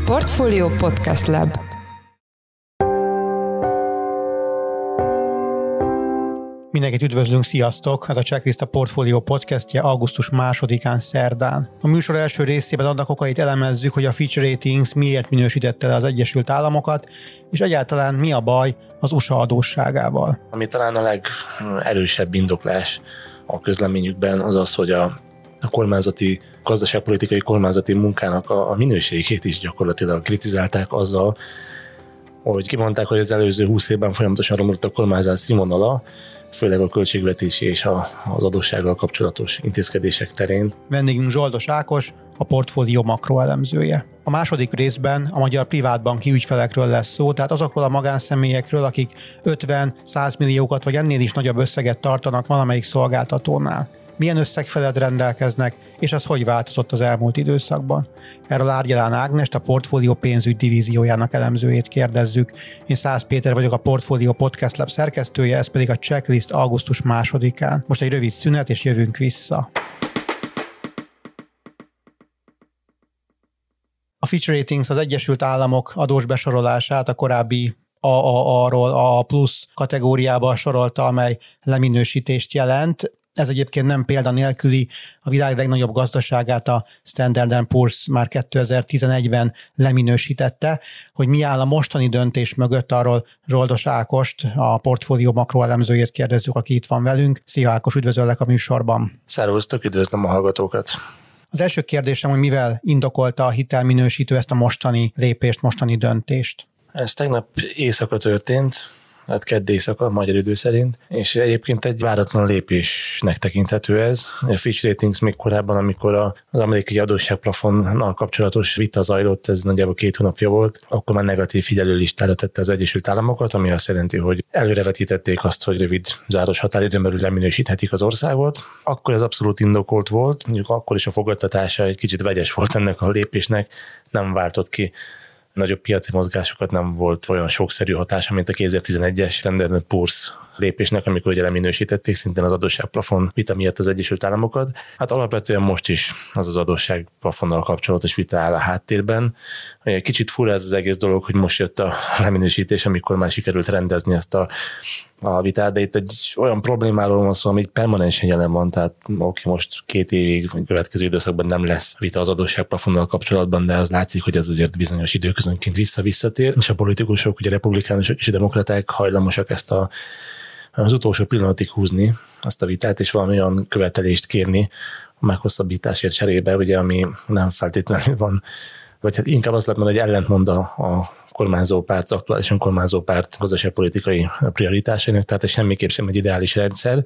Portfolio Podcast Lab. Mindenkit üdvözlünk, sziasztok! Ez a Checklist a Portfolio podcastje augusztus 2-án szerdán. A műsor első részében annak okait elemezzük, hogy a Fitch Ratings miért minősítette le az Egyesült Államokat, és egyáltalán mi a baj az USA adósságával. Ami talán a legerősebb indoklás a közleményükben az az, hogy a kormányzati, gazdaságpolitikai kormányzati munkának a minőségét is gyakorlatilag kritizálták azzal, hogy kimondták, hogy az előző 20 évben folyamatosan romlott a kormányzás színvonala, főleg a költségvetési és az adóssággal kapcsolatos intézkedések terén. Vendégünk Zsoldos Ákos, a Portfolio makroelemzője. A második részben a magyar privátbanki ügyfelekről lesz szó, tehát azokról a magánszemélyekről, akik 50-100 milliókat vagy ennél is nagyobb összeget tartanak valamelyik szolgáltatónál. Milyen összeg felett rendelkeznek, és ez hogy változott az elmúlt időszakban? Erről Árgyalán Ágnest, a Portfolio pénzügy divíziójának elemzőjét kérdezzük. Én Szász Péter vagyok, a Portfolio Podcast Lab szerkesztője, ez pedig a Checklist augusztus 2-án. Most egy rövid szünet, és jövünk vissza. A Fitch Ratings az Egyesült Államok adós besorolását a korábbi AAA-ról a plusz kategóriába sorolta, amely leminősítést jelent. Ez egyébként nem példa nélküli, a világ legnagyobb gazdaságát a Standard & Poor's már 2011-ben leminősítette. Hogy mi áll a mostani döntés mögött, arról Zsoldos Ákost, a Portfolio makroelemzőjét kérdezzük, aki itt van velünk. Szia Ákos, üdvözöllek a műsorban. Szervusztok, üdvözlöm a hallgatókat. Az első kérdésem, hogy mivel indokolta a hitelminősítő ezt a mostani lépést, mostani döntést? Ez tegnap éjszaka történt, hát kedd éjszaka, magyar idő szerint, és egyébként egy váratlan lépésnek tekinthető ez. A Fitch Ratings még korábban, amikor az amerikai adósságplafonnal kapcsolatos vita zajlott, ez nagyjából 2 hónapja volt, akkor már negatív figyelőlistára tette az Egyesült Államokat, ami azt jelenti, hogy előrevetítették azt, hogy rövid záros határidőn belül leminősíthetik az országot. Akkor ez abszolút indokolt volt, mondjuk akkor is a fogadtatása egy kicsit vegyes volt ennek a lépésnek, nem váltott ki nagyobb piaci mozgásokat, nem volt olyan sokszerű hatása, mint a 2011-es Standard & Poor's lépésnek, amikor ugye leminősítették szintén az adósságplafon vita miatt az Egyesült Államokat. Hát alapvetően most is az adósságplafonnal kapcsolatos vita áll a háttérben. Kicsit fura ez az egész dolog, hogy most jött a leminősítés, amikor már sikerült rendezni ezt a vitát, de itt egy olyan problémáról van szó, ami permanensen jelen van, tehát most 2 évig, vagy következő időszakban nem lesz vita az adósságplafonnal kapcsolatban, de az látszik, hogy ez azért bizonyos időközönként visszatér, és a politikusok, ugye republikánusok és demokraták hajlamosak ezt az utolsó pillanatig húzni azt a vitát, és valami olyan követelést kérni a meghosszabbításért cserébe, ugye, ami nem feltétlenül van, vagy hát inkább azt lehet mondani, hogy ellentmond a kormányzó párt, aktuálisan kormányzó párt gazdaságpolitikai prioritásainak, tehát ez semmiképp sem egy ideális rendszer.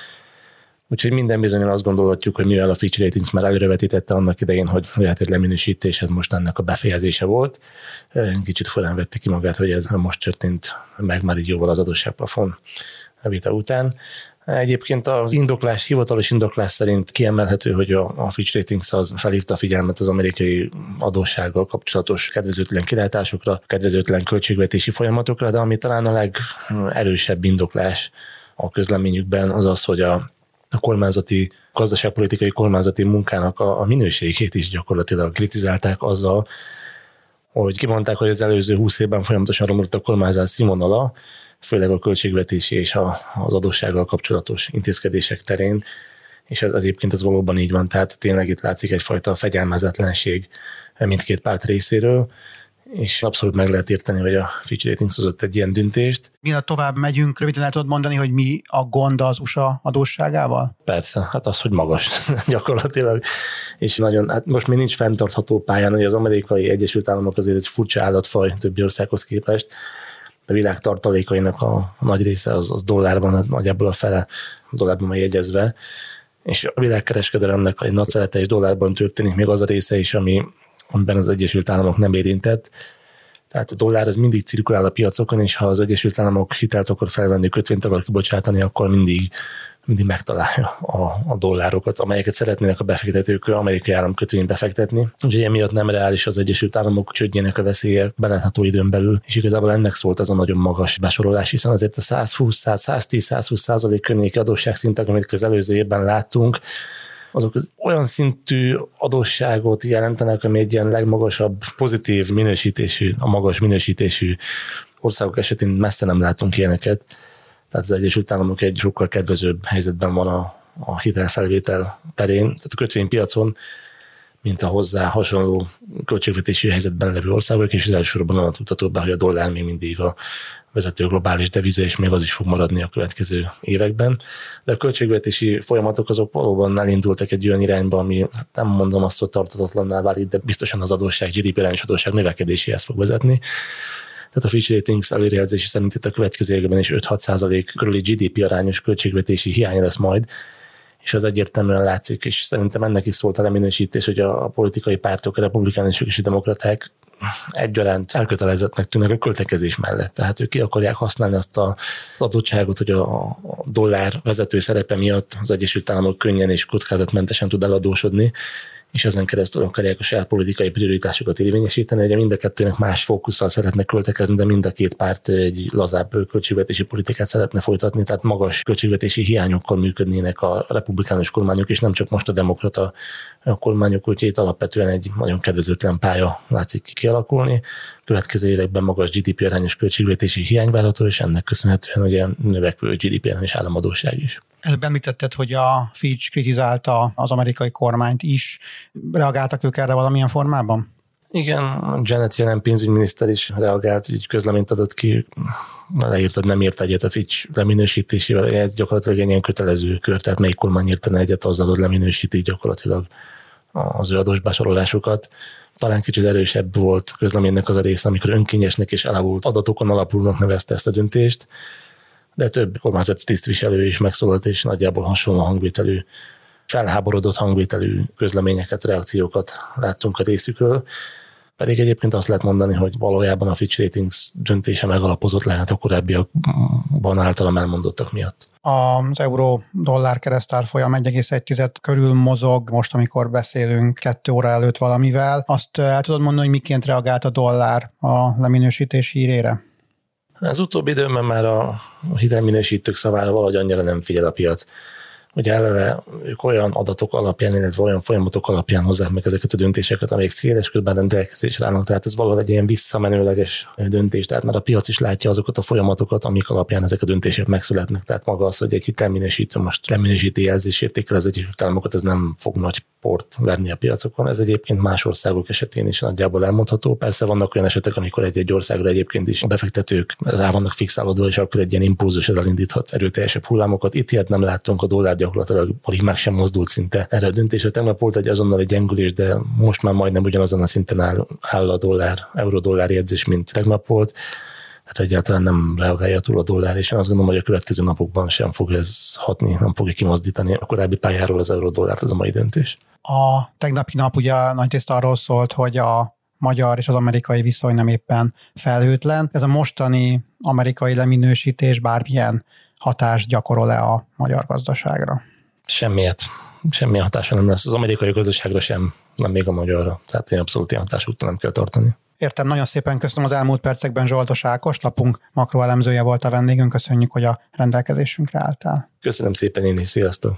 Úgyhogy minden bizonnyal azt gondolhatjuk, hogy mivel a Fitch Ratings már előrevetítette annak idején, hogy lehet egy leminősítés, ez most ennek a befejezése volt. Kicsit furán vette ki magát, hogy ez most történt meg már így jóval az adósságplafon a vita után. Egyébként az indoklás, hivatalos indoklás szerint kiemelhető, hogy a Fitch Ratings az felhívta a figyelmet az amerikai adóssággal kapcsolatos kedvezőtlen kilátásokra, kedvezőtlen költségvetési folyamatokra, de ami talán a legerősebb indoklás a közleményükben az az, hogy a kormányzati, gazdaságpolitikai kormányzati munkának a minőségét is gyakorlatilag kritizálták azzal, hogy kimondták, hogy az előző 20 évben folyamatosan romlott a kormányzás színvonala, főleg a költségvetési és az adóssággal kapcsolatos intézkedések terén, és ez egyébként ez valóban így van, tehát tényleg itt látszik egyfajta fegyelmezetlenség mindkét párt részéről, és abszolút meg lehet érteni, hogy a Fitch Ratings hozott egy ilyen döntést. Mielőtt tovább megyünk, röviden el tudod mondani, hogy mi a gond az USA adósságával? Persze, hát az, hogy magas gyakorlatilag, és nagyon, hát most még nincs fenntartható pályán, hogy az amerikai Egyesült Államok azért egy furcsa állatfaj többi országhoz képest, a világ tartalékainak a nagy része az dollárban, nagyjából a fele dollárban van jegyezve, és a világkereskedelemnek egy nagy szelete is dollárban történik, még az a része is, amiben az Egyesült Államok nem érintett. Tehát a dollár az mindig cirkulál a piacokon, és ha az Egyesült Államok hitelt akar felvenni, kötvényt akar kibocsátani, akkor mindig megtalálja a dollárokat, amelyeket szeretnének a befektetők amerikai államkötvénybe befektetni. Úgyhogy emiatt nem reális az Egyesült Államok csődjének a veszélye belátható időn belül, és igazából ennek szólt az a nagyon magas besorolás, hiszen azért a 110-120% környéki adósságszintek, amit az előző évben láttunk, azok olyan szintű adósságot jelentenek, ami egy ilyen legmagasabb pozitív minősítésű, a magas minősítésű országok esetén messze nem látunk ilyeneket. Tehát az Egyesült Államok egy sokkal kedvezőbb helyzetben van a hitelfelvétel terén, tehát a kötvénypiacon, mint a hozzá hasonló költségvetési helyzetben levő országok, és az elsősorban onnan tudható be, hogy a dollár még mindig a vezető globális deviza, és még az is fog maradni a következő években. De a költségvetési folyamatok azok valóban elindultak egy olyan irányba, ami nem mondom azt, hogy tartatatlanná válik, de biztosan az adósság, GDP arányos adósság növekedéséhez fog vezetni. Tehát a Fitch Ratings előrejelzése szerint itt a következő években is 5-6% körüli GDP arányos költségvetési hiány lesz majd, és az egyértelműen látszik, és szerintem ennek is szólt a leminősítés, hogy a politikai pártok, a republikánusok és a demokraták egyaránt elkötelezettnek tűnnek a költekezés mellett. Tehát ők ki akarják használni azt az adottságot, hogy a dollár vezető szerepe miatt az Egyesült Államok könnyen és kockázatmentesen tud eladósodni, és ezen keresztül akarják a saját politikai prioritásokat érvényesíteni. Ugye mind a kettőnek más fókusszal szeretne költekezni, de mind a két párt egy lazább költségvetési politikát szeretne folytatni, tehát magas költségvetési hiányokkal működnének a republikánus kormányok, és nem csak most a demokrata kormányok, úgyhogy itt alapvetően egy nagyon kedvezőtlen pálya látszik kialakulni. Következő években magas GDP arányos költségvetési hiány várható, és ennek köszönhetően ugye növekvő GDP arányos államadósság is. Előbb említetted, hogy a Fitch kritizálta az amerikai kormányt is. Reagáltak ők erre valamilyen formában? Igen, Janet Yellen pénzügyminiszter is reagált, így közleményt adott ki, leírt, hogy nem ért egyet a Fitch leminősítésével. Ez gyakorlatilag egy ilyen kötelező kör, tehát melyik kormány értene egyet azzal, hogy leminősítik gyakorlatilag az ő adósbásorolásukat. Talán kicsit erősebb volt közleménynek az a része, amikor önkényesnek és elavult adatokon alapulnak nevezte ezt a döntést, de több kormányzati tisztviselő is megszólalt, és nagyjából hasonló hangvételű, felháborodott hangvételű közleményeket, reakciókat láttunk a részükről. Pedig egyébként azt lehet mondani, hogy valójában a Fitch Ratings döntése megalapozott lehet a korábbiakban általam elmondottak miatt. Az euró-dollár keresztárfolyam 1,1 körül mozog, most amikor beszélünk 2 óra előtt valamivel. Azt el tudod mondani, hogy miként reagált a dollár a leminősítés hírére? Az utóbbi időben már a hitelminősítők szavára valahogy annyira nem figyel a piac. Ugye eleve ők olyan adatok alapján, illetve olyan folyamatok alapján hozzák meg ezeket a döntéseket, amelyek széles körben rendelkezésre állnak. Tehát ez valahogy egy ilyen visszamenőleges döntés. Tehát már a piac is látja azokat a folyamatokat, amik alapján ezek a döntések megszületnek. Tehát maga az, hogy egy hitelminősítő most leminősíti jelzésértékkel az Egyesült Államokat, ez nem fog nagy port verni a piacokon. Ez egyébként más országok esetén is nagyjából elmondható. Persze vannak olyan esetek, amikor egy országra egyébként is a befektetők rá vannak fixálódva, és akkor egy ilyen impulzus elindíthat erőteljesebb hullámokat. Itt ilyet nem láttunk, a dollár gyakorlatilag alig meg sem mozdult szinte erre a döntésre. Tegnap volt egy azonnali gyengülés, de most már majdnem ugyanazon a szinten áll a dollár, euró-dollár jegyzés, mint tegnap volt. Hát egyáltalán nem reagálja túl a dollár, és én azt gondolom, hogy a következő napokban sem fog ez hatni, nem fogja kimozdítani a korábbi pályáról az euró-dollárt ez a mai döntés. A tegnapi nap ugye nagyrészt arról szólt, hogy a magyar és az amerikai viszony nem éppen felhőtlen. Ez a mostani amerikai leminősítés bármilyen hatást gyakorol-e a magyar gazdaságra? Semmi hatása nem lesz. Az amerikai gazdaságra sem, nem még a magyarra. Tehát én abszolút ilyen hatásútól nem kell tartani. Értem, nagyon szépen köszönöm az elmúlt percekben Zsoltos Ákos, lapunk makroelemzője volt a vendégünk, köszönjük, hogy a rendelkezésünkre álltál. Köszönöm szépen én is, sziasztok!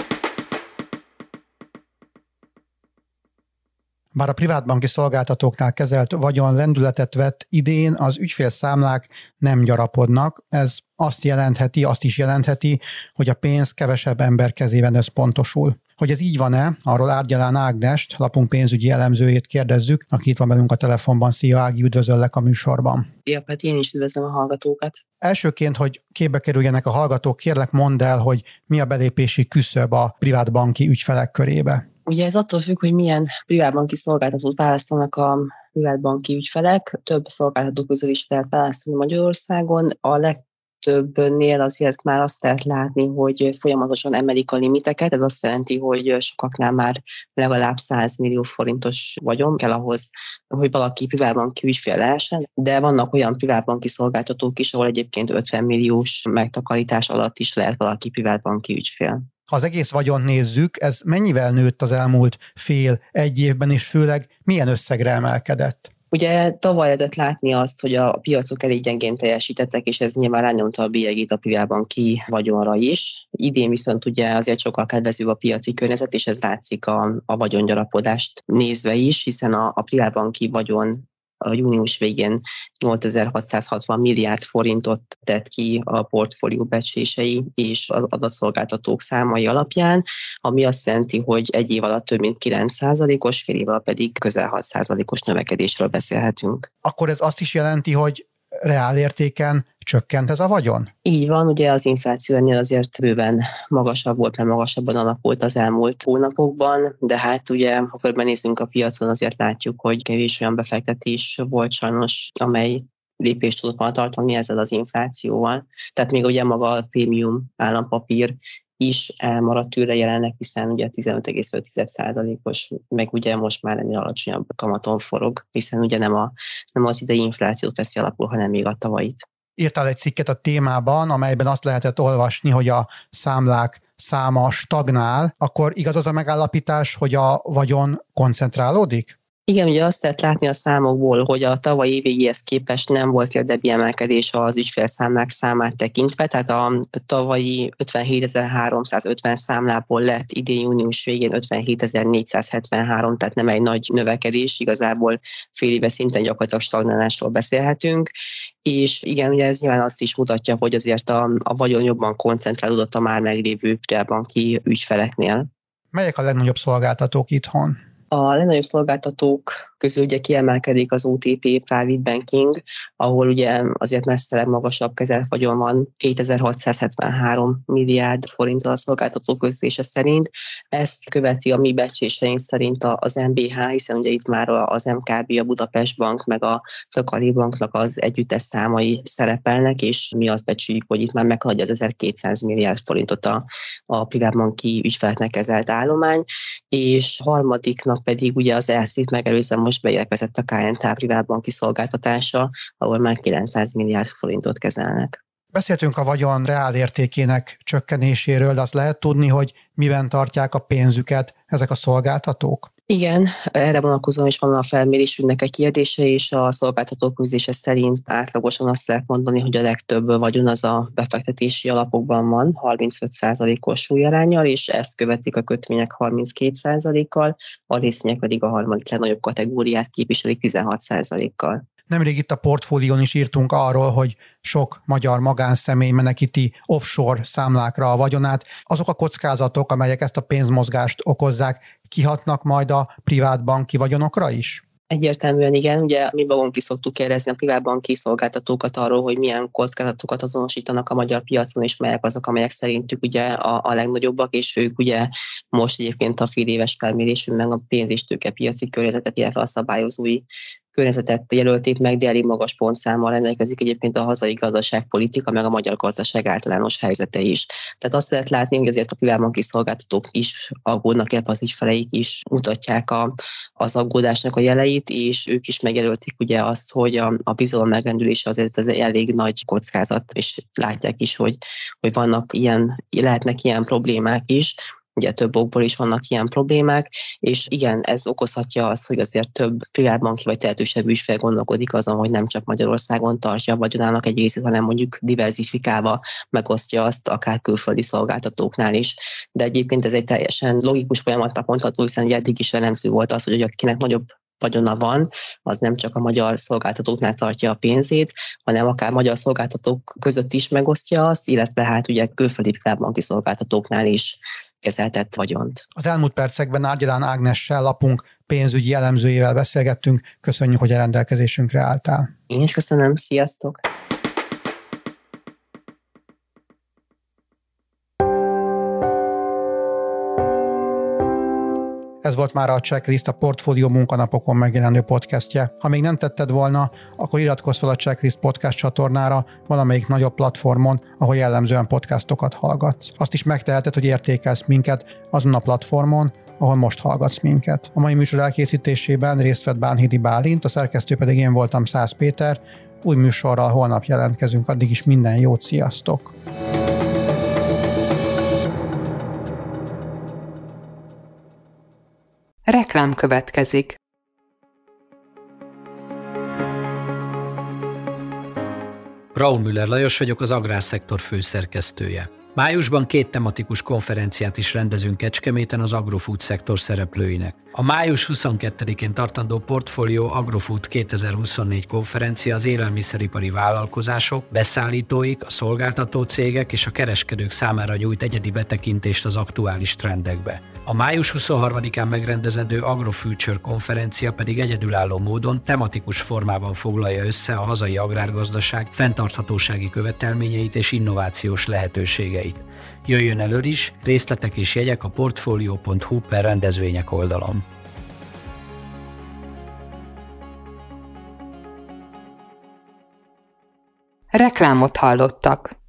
Bár a privátbanki szolgáltatóknál kezelt vagyon lendületet vett idén, az ügyfélszámlák nem gyarapodnak. Ez azt is jelentheti, hogy a pénz kevesebb ember kezében összpontosul. Hogy ez így van-e, arról Árgyalán Ágnest, lapunk pénzügyi elemzőjét kérdezzük, aki itt van velünk a telefonban. Szia Ági, üdvözöllek a műsorban. Szia Peti, én is üdvözlöm a hallgatókat. Elsőként, hogy képbe kerüljenek a hallgatók, kérlek mondd el, hogy mi a belépési küszöb a privátbanki ügyfelek körébe. Ugye ez attól függ, hogy milyen privátbanki szolgáltatót választanak a privátbanki ügyfelek. Több szolgáltató közül is lehet választani Magyarországon. A legtöbbnél azért már azt lehet látni, hogy folyamatosan emelik a limiteket. Ez azt jelenti, hogy sokaknál már legalább 100 millió forintos vagyon kell ahhoz, hogy valaki privátbanki ügyfél lehessen. De vannak olyan privátbanki szolgáltatók is, ahol egyébként 50 milliós megtakarítás alatt is lehet valaki privátbanki ügyfél. Ha az egész vagyont nézzük, ez mennyivel nőtt az elmúlt fél-egy évben, és főleg milyen összegre emelkedett? Ugye tavaly lehetett látni azt, hogy a piacok elég gyengén teljesítettek, és ez nyilván rányomta a bélyegét a privátbanki vagyonra is. Idén viszont ugye azért sokkal kedvezőbb a piaci környezet, és ez látszik a vagyongyarapodást nézve is, hiszen a privátbanki vagyon a június végén 8660 milliárd forintot tett ki a portfólió becslései és az adatszolgáltatók számai alapján, ami azt jelenti, hogy egy év alatt több mint 9%-os, fél év alatt pedig közel 6%-os növekedésről beszélhetünk. Akkor ez azt is jelenti, hogy reál értéken csökkent ez a vagyon? Így van, ugye az infláció ennél azért bőven magasabb volt, mert magasabban alakult az elmúlt hónapokban, de hát ugye, ha körbenézünk a piacon, azért látjuk, hogy kevés olyan befektetés volt sajnos, amely lépést tudott volna tartani ezzel az inflációval. Tehát még ugye maga a prémium állampapír is elmaradt tőle jelenleg, hiszen ugye 15,5%-os, meg ugye most már ennél alacsonyabb kamaton forog, hiszen ugye nem az idei inflációt veszi alapul, hanem még a tavait. Írtál egy cikket a témában, amelyben azt lehetett olvasni, hogy a számlák száma stagnál, akkor igaz az a megállapítás, hogy a vagyon koncentrálódik? Igen, ugye azt lehet látni a számokból, hogy a tavalyi évvégéhez képest nem volt érdemi emelkedés az ügyfélszámlák számát tekintve, tehát a tavalyi 57.350 számlából lett idén június végén 57.473, tehát nem egy nagy növekedés, igazából fél éve szinten gyakorlatilag stagnálásról beszélhetünk, és igen, ugye ez nyilván azt is mutatja, hogy azért a vagyon jobban koncentrálódott a már meglévő privátbanki ügyfeleknél. Melyek a legnagyobb szolgáltatók itthon? A legnagyobb szolgáltatók közül ugye kiemelkedik az OTP Private Banking, ahol ugye azért messze legmagasabb kezelvagyon van, 2673 milliárd forint a szolgáltató közlése szerint. Ezt követi a mi becsléseink szerint az MBH, hiszen ugye itt már az MKB, a Budapest Bank, meg a Takari Banknak az együttes számai szerepelnek, és mi azt becsüljük, hogy itt már meghaladja az 1200 milliárd forintot a privátbanki ügyfeleknek kezelt állomány, és harmadiknak pedig ugye az ELSZ-t megelőzően most beérkezett a KNT privátbanki szolgáltatása, ahol már 900 milliárd forintot kezelnek. Beszéltünk a vagyon reál értékének csökkenéséről, de azt lehet tudni, hogy miben tartják a pénzüket ezek a szolgáltatók? Igen, erre vonatkozóan is van a felmérésünknek egy kérdése, és a szolgáltatók közlése szerint átlagosan azt lehet mondani, hogy a legtöbb vagyon az a befektetési alapokban van, 35%-os súlyaránnyal, és ezt követik a kötvények 32%-kal, a részvények pedig a harmadik legnagyobb kategóriát képviselik 16%-kal. Nemrég itt a portfólión is írtunk arról, hogy sok magyar magánszemély menekíti offshore számlákra a vagyonát. Azok a kockázatok, amelyek ezt a pénzmozgást okozzák, kihatnak majd a privátbanki vagyonokra is? Egyértelműen igen, ugye mi magunk is szoktuk kérdezni a privátbanki szolgáltatókat arról, hogy milyen kockázatokat azonosítanak a magyar piacon, és melyek azok, amelyek szerintük ugye a legnagyobbak, és ők ugye most egyébként a féléves felmérésünkben a pénz- és tőkepiaci környezetet, illetve a szabályozói környezetet jelölték meg, de elég magas pontszámmal rendelkezik egyébként a hazai gazdaságpolitika, meg a magyar gazdaság általános helyzete is. Tehát azt lehet látni, hogy azért a privátbanki szolgáltatók is aggódnak, illetve az ügyfeleik is mutatják az aggódásnak a jeleit, és ők is megjelölték ugye azt, hogy a bizalom megrendülése azért ez egy elég nagy kockázat, és látják is, hogy lehetnek ilyen problémák is. Ugye több okból is vannak ilyen problémák, és igen, ez okozhatja azt, hogy azért több privátbanki vagy tehetősebb ügyfél gondolkodik azon, hogy nem csak Magyarországon tartja a vagyonának egy részét, hanem mondjuk diverzifikálva megosztja azt akár külföldi szolgáltatóknál is. De egyébként ez egy teljesen logikus folyamatnak mondható, hiszen ugye eddig is jellemző volt az, hogy akinek nagyobb vagyona van, az nem csak a magyar szolgáltatóknál tartja a pénzét, hanem akár magyar szolgáltatók között is megosztja azt, illetve hát ugye külföldi privátbanki szolgáltatóknál is kezeltett vagyont. Az elmúlt percekben Árgyalán Ágnessel, lapunk pénzügyi elemzőjével beszélgettünk. Köszönjük, hogy a rendelkezésünkre álltál. Én is köszönöm, sziasztok! Ez volt már a Checklist, a Portfólió munkanapokon megjelenő podcastje. Ha még nem tetted volna, akkor iratkozz fel a Checklist podcast csatornára valamelyik nagyobb platformon, ahol jellemzően podcastokat hallgatsz. Azt is megteheted, hogy értékelsz minket azon a platformon, ahol most hallgatsz minket. A mai műsor elkészítésében részt vett Bánhidi Bálint, a szerkesztő pedig én voltam, Szász Péter. Új műsorral holnap jelentkezünk, addig is minden jót, sziasztok! Reklám következik. Raúl Müller Lajos vagyok, az Agrárszektor főszerkesztője. Májusban 2 tematikus konferenciát is rendezünk Kecskeméten az agrofood szektor szereplőinek. A május 22-én tartandó Portfolio Agrofood 2024 konferencia az élelmiszeripari vállalkozások, beszállítóik, a szolgáltató cégek és a kereskedők számára nyújt egyedi betekintést az aktuális trendekbe. A május 23-án megrendezendő AgroFuture konferencia pedig egyedülálló módon tematikus formában foglalja össze a hazai agrárgazdaság fenntarthatósági követelményeit és innovációs lehetőségeit. Jöjjön elő is, részletek és jegyek a portfolio.hu/rendezvények oldalon. Reklámot hallottak.